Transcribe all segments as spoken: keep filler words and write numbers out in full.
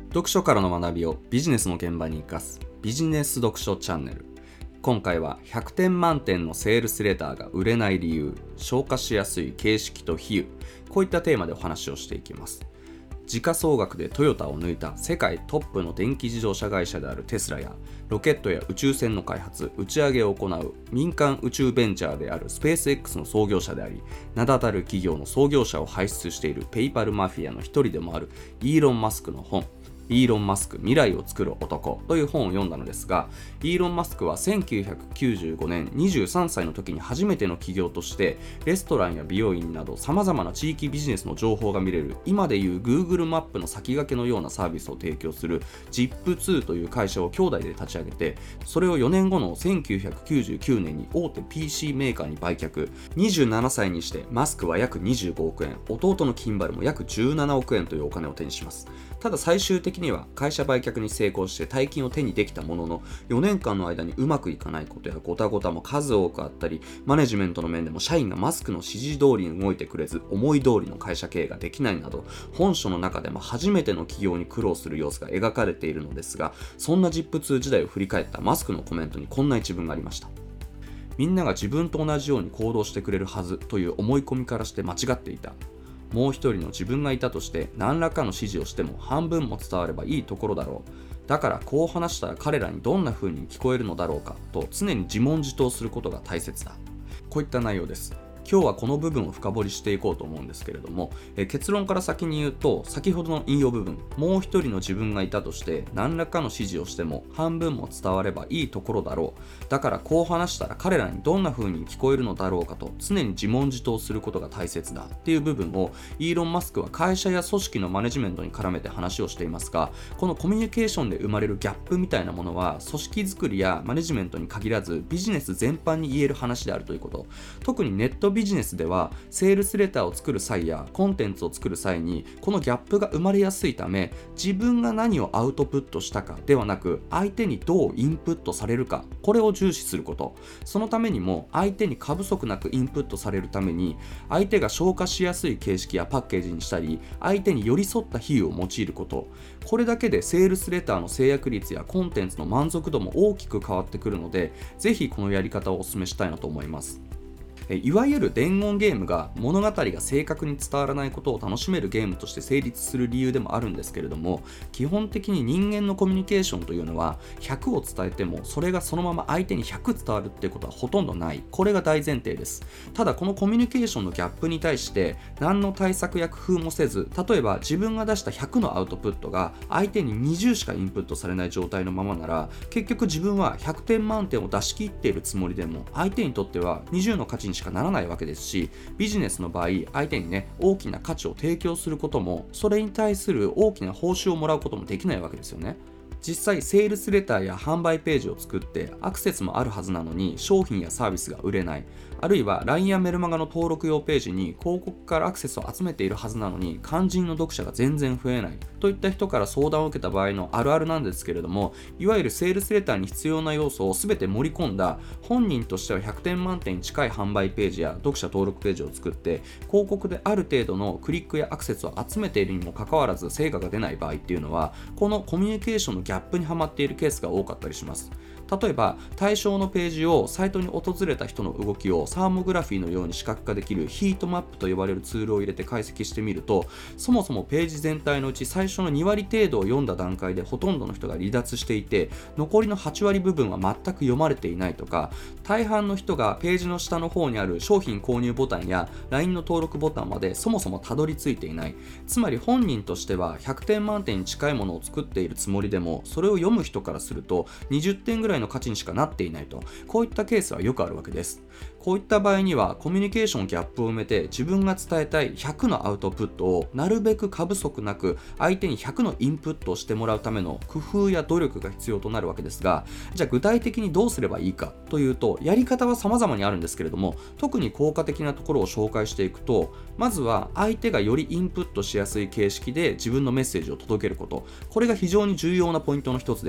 読書からの学びをビジネスの現場に生かすビジネス読書チャンネル。今回はひゃくてん満点のセールスレターが売れない理由、消化しやすい形式と比喩、こういったテーマでお話をしていきます。時価総額でトヨタを抜いた世界トップの電気自動車会社であるテスラや、ロケットや宇宙船の開発、打ち上げを行う民間宇宙ベンチャーであるスペース X の創業者であり、名だたる企業の創業者を輩出しているペイパルマフィアの一人でもあるイーロン・マスクの本、イーロン・マスク未来を作る男という本を読んだのですが、イーロン・マスクはせんきゅうひゃくきゅうじゅうごねんにじゅうさんさいの時に初めての起業としてレストランや美容院などさまざまな地域ビジネスの情報が見れる今でいう Google マップの先駆けのようなサービスを提供する ジップツー という会社を兄弟で立ち上げて、それをよねんごのせんきゅうひゃくきゅうじゅうきゅうねんに大手 ピーシー メーカーに売却。にじゅうななさいにしてマスクは約にじゅうごおくえん、弟のキンバルも約じゅうななおくえんというお金を手にします。ただ最終的には会社売却に成功して大金を手にできたものの、よねんかんの間にうまくいかないことやごたごたも数多くあったり、マネジメントの面でも社員がマスクの指示通りに動いてくれず思い通りの会社経営ができないなど、本書の中でも初めての起業に苦労する様子が描かれているのですが、そんな ジップツー 時代を振り返ったマスクのコメントにこんな一文がありました。みんなが自分と同じように行動してくれるはずという思い込みからして間違っていた。もう一人の自分がいたとして何らかの指示をしても半分も伝わればいいところだろう。だからこう話したら彼らにどんな風に聞こえるのだろうかと常に自問自答することが大切だ。こういった内容です。今日はこの部分を深掘りしていこうと思うんですけれども、え結論から先に言うと、先ほどの引用部分、もう一人の自分がいたとして何らかの指示をしても半分も伝わればいいところだろう。だからこう話したら彼らにどんな風に聞こえるのだろうかと常に自問自答することが大切だっていう部分をイーロン・マスクは会社や組織のマネジメントに絡めて話をしていますが、このコミュニケーションで生まれるギャップみたいなものは組織づくりやマネジメントに限らずビジネス全般に言える話であるということ。特にネットビジネスではセールスレターを作る際やコンテンツを作る際にこのギャップが生まれやすいため、自分が何をアウトプットしたかではなく相手にどうインプットされるか、これを重視すること。そのためにも相手に過不足なくインプットされるために相手が消化しやすい形式やパッケージにしたり、相手に寄り添った比喩を用いること。これだけでセールスレターの制約率やコンテンツの満足度も大きく変わってくるので、ぜひこのやり方をお勧めしたいなと思います。いわゆる伝言ゲームが物語が正確に伝わらないことを楽しめるゲームとして成立する理由でもあるんですけれども、基本的に人間のコミュニケーションというのはひゃくを伝えてもそれがそのまま相手にひゃく伝わるっていうことはほとんどない。これが大前提です。ただこのコミュニケーションのギャップに対して何の対策や工夫もせず、例えば自分が出したひゃくのアウトプットが相手ににじゅうしかインプットされない状態のままなら、結局自分はひゃくてん満点を出し切っているつもりでも相手にとってはにじゅうの価値にしかならないわけですし、ビジネスの場合相手にね大きな価値を提供することも、それに対する大きな報酬をもらうこともできないわけですよね。実際セールスレターや販売ページを作ってアクセスもあるはずなのに商品やサービスが売れない、あるいは ライン やメルマガの登録用ページに広告からアクセスを集めているはずなのに肝心の読者が全然増えないといった人から相談を受けた場合のあるあるなんですけれども、いわゆるセールスレターに必要な要素を全て盛り込んだ本人としてはひゃくてん満点に近い販売ページや読者登録ページを作って、広告である程度のクリックやアクセスを集めているにもかかわらず成果が出ない場合っていうのは、このコミュニケーションのギャップにはまっているケースが多かったりします。例えば対象のページをサイトに訪れた人の動きをサーモグラフィーのように視覚化できるヒートマップと呼ばれるツールを入れて解析してみると、そもそもページ全体のうち最初のにわり程度を読んだ段階でほとんどの人が離脱していて、残りのはちわり部分は全く読まれていないとか、大半の人がページの下の方にある商品購入ボタンや ライン の登録ボタンまでそもそもたどり着いていない。つまり本人としてはひゃくてん満点に近いものを作っているつもりでも、それを読む人からするとにじゅってんぐらいの価値にしかなっていないと、こういったケースはよくあるわけです。こういった場合にはコミュニケーションギャップを埋めて、自分が伝えたいひゃくのアウトプットをなるべく過不足なく相手にひゃくのインプットをしてもらうための工夫や努力が必要となるわけですが、じゃあ具体的にどうすればいいかというと、やり方は様々にあるんですけれども、特に効果的なところを紹介していくと、まずは相手がよりインプットしやすい形式で自分のメッセージを届けること、これが非常に重要なポイントの一つです。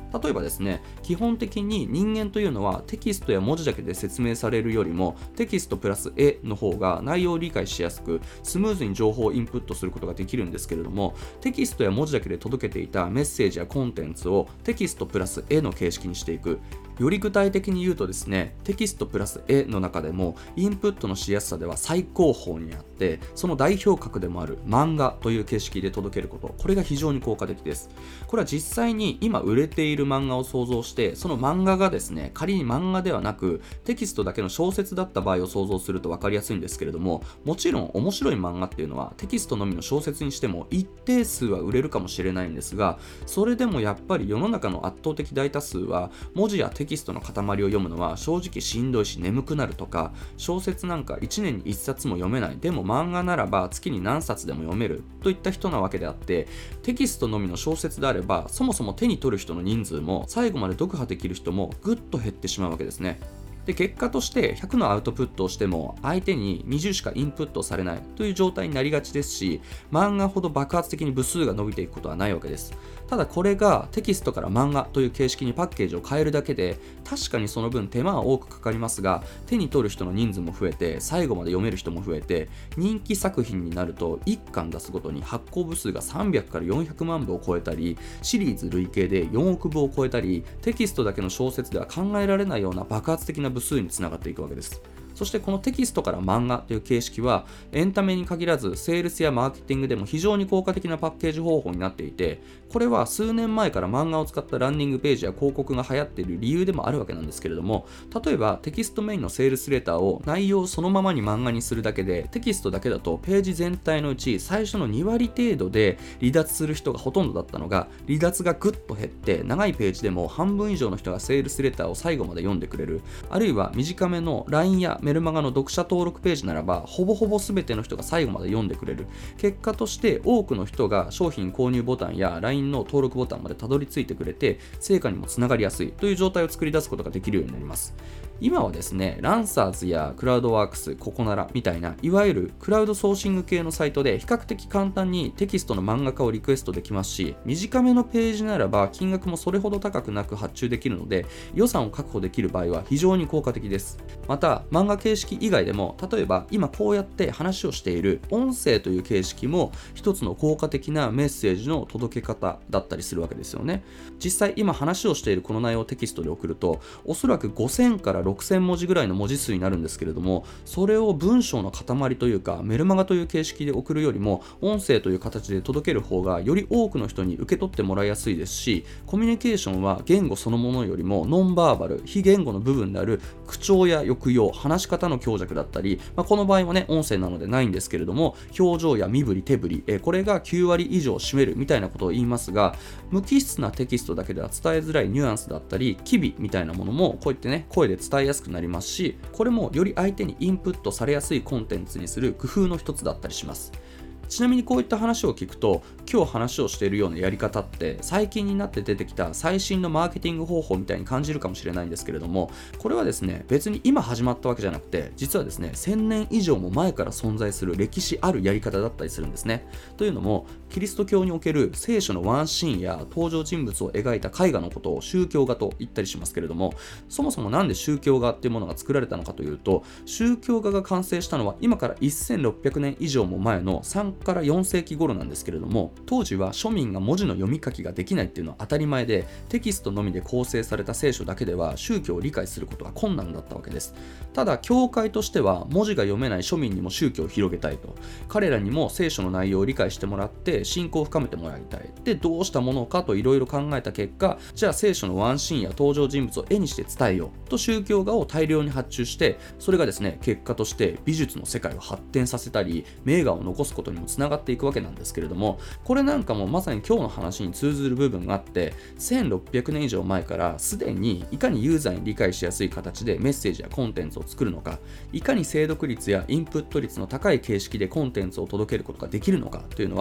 例えばですね、基本的に人間というのはテキストや文字だけで説明されるよりもテキストプラス絵の方が内容を理解しやすくスムーズに情報をインプットすることができるんですけれども、テキストや文字だけで届けていたメッセージやコンテンツをテキストプラス絵の形式にしていく。より具体的に言うとですね、テキストプラス絵の中でもインプットのしやすさでは最高峰にあって、その代表格でもある漫画という形式で届けること、これが非常に効果的です。これは実際に今売れている漫画を想像して、その漫画がですね、仮に漫画ではなくテキストだけの小説だった場合を想像すると分かりやすいんですけれども、もちろん面白い漫画っていうのはテキストのみの小説にしても一定数は売れるかもしれないんですが、それでもやっぱり世の中の圧倒的大多数は文字やテキストの塊を読むのは正直しんどいし眠くなるとか、小説なんかいちねんにいっさつも読めない、でも漫画ならば月に何冊でも読めるといった人なわけであって、テキストのみの小説であればそもそも手に取る人の人数も最後まで読破できる人もぐっと減ってしまうわけですね。で結果としてひゃくのアウトプットをしても相手ににじゅうしかインプットされないという状態になりがちですし、漫画ほど爆発的に部数が伸びていくことはないわけです。ただこれがテキストから漫画という形式にパッケージを変えるだけで、確かにその分手間は多くかかりますが、手に取る人の人数も増えて最後まで読める人も増えて、人気作品になるといっかん出すごとに発行部数がさんびゃくからよんひゃくまんぶを超えたり、シリーズ累計でよんおくぶを超えたり、テキストだけの小説では考えられないような爆発的な部数につながっていくわけです。そしてこのテキストから漫画という形式はエンタメに限らずセールスやマーケティングでも非常に効果的なパッケージ方法になっていて、これは数年前から漫画を使ったランディングページや広告が流行っている理由でもあるわけなんですけれども、例えばテキストメインのセールスレターを内容をそのままに漫画にするだけで、テキストだけだとページ全体のうち最初のにわり程度で離脱する人がほとんどだったのが、離脱がぐっと減って長いページでも半分以上の人がセールスレターを最後まで読んでくれる。あるいは短めの ライン やメルマガの読者登録ページならばほぼほぼ全ての人が最後まで読んでくれる。結果として多くの人が商品購入ボタンや ライン の登録ボタンまでたどり着いてくれて、成果にもつながりやすいという状態を作り出すことができるようになります。今はですね、ランサーズやクラウドワークス、ココナラみたいないわゆるクラウドソーシング系のサイトで比較的簡単にテキストの漫画化をリクエストできますし、短めのページならば金額もそれほど高くなく発注できるので、予算を確保できる場合は非常に効果的です。また漫画形式以外でも、例えば今こうやって話をしている音声という形式も一つの効果的なメッセージの届け方だったりするわけですよね。実際今話をしているこの内容をテキストで送ると、おそらくごせんからろくせんもじぐらいの文字数になるんですけれども、それを文章の塊というかメルマガという形式で送るよりも音声という形で届ける方がより多くの人に受け取ってもらいやすいですし、コミュニケーションは言語そのものよりもノンバーバル、非言語の部分である口調や抑揚、話し方の強弱だったり、まあ、この場合はね音声なのでないんですけれども、表情や身振り手振り、えー、これがきゅうわり以上占めるみたいなことを言いますが、無機質なテキストだけでは伝えづらいニュアンスだったり機微みたいなものもこうやってね声で伝えやすくなりますし、これもより相手にインプットされやすいコンテンツにする工夫の一つだったりします。ちなみにこういった話を聞くと、今日話をしているようなやり方って最近になって出てきた最新のマーケティング方法みたいに感じるかもしれないんですけれども、これはですね別に今始まったわけじゃなくて、実はですねせんねん以上も前から存在する歴史あるやり方だったりするんですね。というのも、キリスト教における聖書のワンシーンや登場人物を描いた絵画のことを宗教画と言ったりしますけれども、そもそもなんで宗教画っていうものが作られたのかというと、宗教画が完成したのは今からせんろっぴゃくねん以上も前のさんからよんせいき頃なんですけれども、当時は庶民が文字の読み書きができないっていうのは当たり前で、テキストのみで構成された聖書だけでは宗教を理解することが困難だったわけです。ただ教会としては文字が読めない庶民にも宗教を広げたいと、彼らにも聖書の内容を理解してもらって信仰を深めてもらいたい。でどうしたものかといろいろ考えた結果、じゃあ聖書のワンシーンや登場人物を絵にして伝えようと宗教画を大量に発注して、それがですね結果として美術の世界を発展させたり名画を残すことにもつながっていくわけなんですけれども、これなんかもまさに今日の話に通ずる部分があって、せんろっぴゃくねん以上前からすでにいかにユーザーに理解しやすい形でメッセージやコンテンツを作るのか、いかに精読率やインプット率の高い形式でコンテンツを届けることができるのかというのは一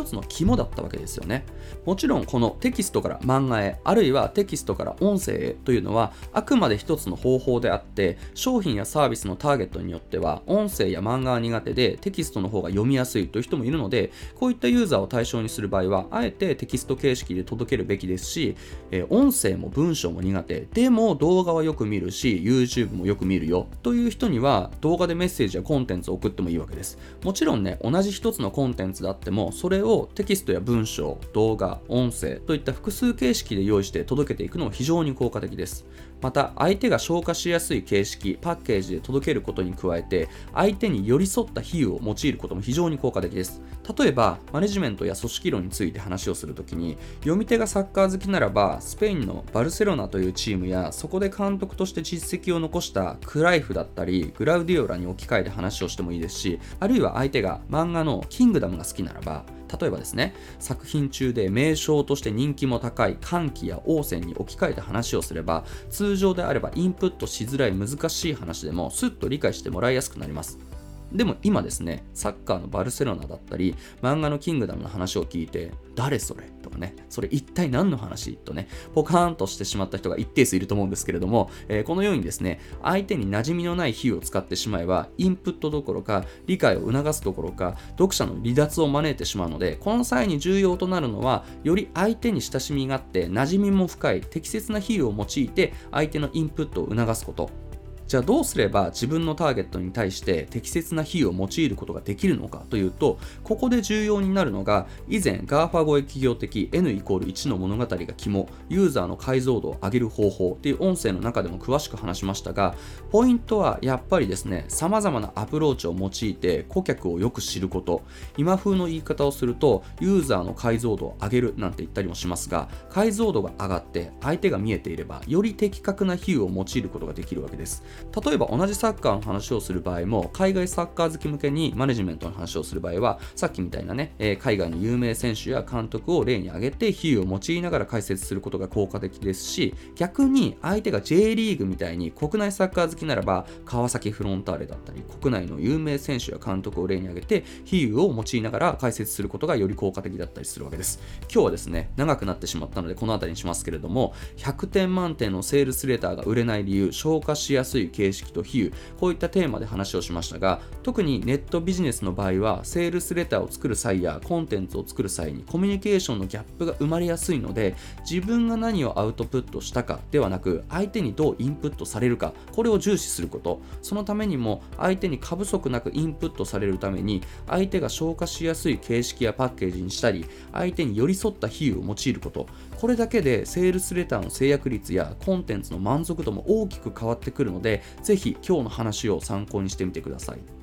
一つの肝だったわけですよね。もちろんこのテキストから漫画へ、あるいはテキストから音声へというのはあくまで一つの方法であって、商品やサービスのターゲットによっては音声や漫画が苦手でテキストの方が読みやすいという人もいるので、こういったユーザーを対象にする場合はあえてテキスト形式で届けるべきですし、えー、音声も文章も苦手でも動画はよく見るし YouTube もよく見るよという人には動画でメッセージやコンテンツを送ってもいいわけです。もちろんね、同じ一つのコンテンツであってもそれをテキストや文章、動画、音声といった複数形式で用意して届けていくのも非常に効果的です。また相手が消化しやすい形式、パッケージで届けることに加えて相手に寄り添った比喩を用いることも非常に効果的です。例えばマネジメントや組織論について話をするときに、読み手がサッカー好きならばスペインのバルセロナというチームやそこで監督として実績を残したクライフだったりグラウディオラに置き換えて話をしてもいいですし、あるいは相手が漫画のキングダムが好きならば、例えばですね、作品中で名称として人気も高い歓喜や王翦に置き換えて話をすれば、通常であればインプットしづらい難しい話でもスッと理解してもらいやすくなります。でも今ですね、サッカーのバルセロナだったり漫画のキングダムの話を聞いて、誰それとかね、それ一体何の話とね、ポカーンとしてしまった人が一定数いると思うんですけれども、えー、このようにですね、相手に馴染みのない比喩を使ってしまえばインプットどころか理解を促すどころか読者の離脱を招いてしまうので、この際に重要となるのはより相手に親しみがあって馴染みも深い適切な比喩を用いて相手のインプットを促すこと。じゃあどうすれば自分のターゲットに対して適切な比喩を用いることができるのかというと、ここで重要になるのが、以前 ガーファ 超え企業的 エヌ イコールいちの物語が肝、ユーザーの解像度を上げる方法っていう音声の中でも詳しく話しましたが、ポイントはやっぱりですね、様々なアプローチを用いて顧客をよく知ること。今風の言い方をするとユーザーの解像度を上げるなんて言ったりもしますが、解像度が上がって相手が見えていればより的確な比喩を用いることができるわけです。例えば同じサッカーの話をする場合も、海外サッカー好き向けにマネジメントの話をする場合は、さっきみたいなね、えー、海外の有名選手や監督を例に挙げて比喩を用いながら解説することが効果的ですし、逆に相手が J リーグみたいに国内サッカー好きならば川崎フロンターレだったり国内の有名選手や監督を例に挙げて比喩を用いながら解説することがより効果的だったりするわけです。今日はですね、長くなってしまったのでこの辺りにしますけれども、ひゃくてん満点のセールスレターが売れない理由、消化しやすい形式と比喩、こういったテーマで話をしましたが、特にネットビジネスの場合はセールスレターを作る際やコンテンツを作る際にコミュニケーションのギャップが生まれやすいので、自分が何をアウトプットしたかではなく相手にどうインプットされるか、これを重視すること。そのためにも相手に過不足なくインプットされるために相手が消化しやすい形式やパッケージにしたり、相手に寄り添った比喩を用いること、これだけでセールスレターの制約率やコンテンツの満足度も大きく変わってくるので、ぜひ今日の話を参考にしてみてください。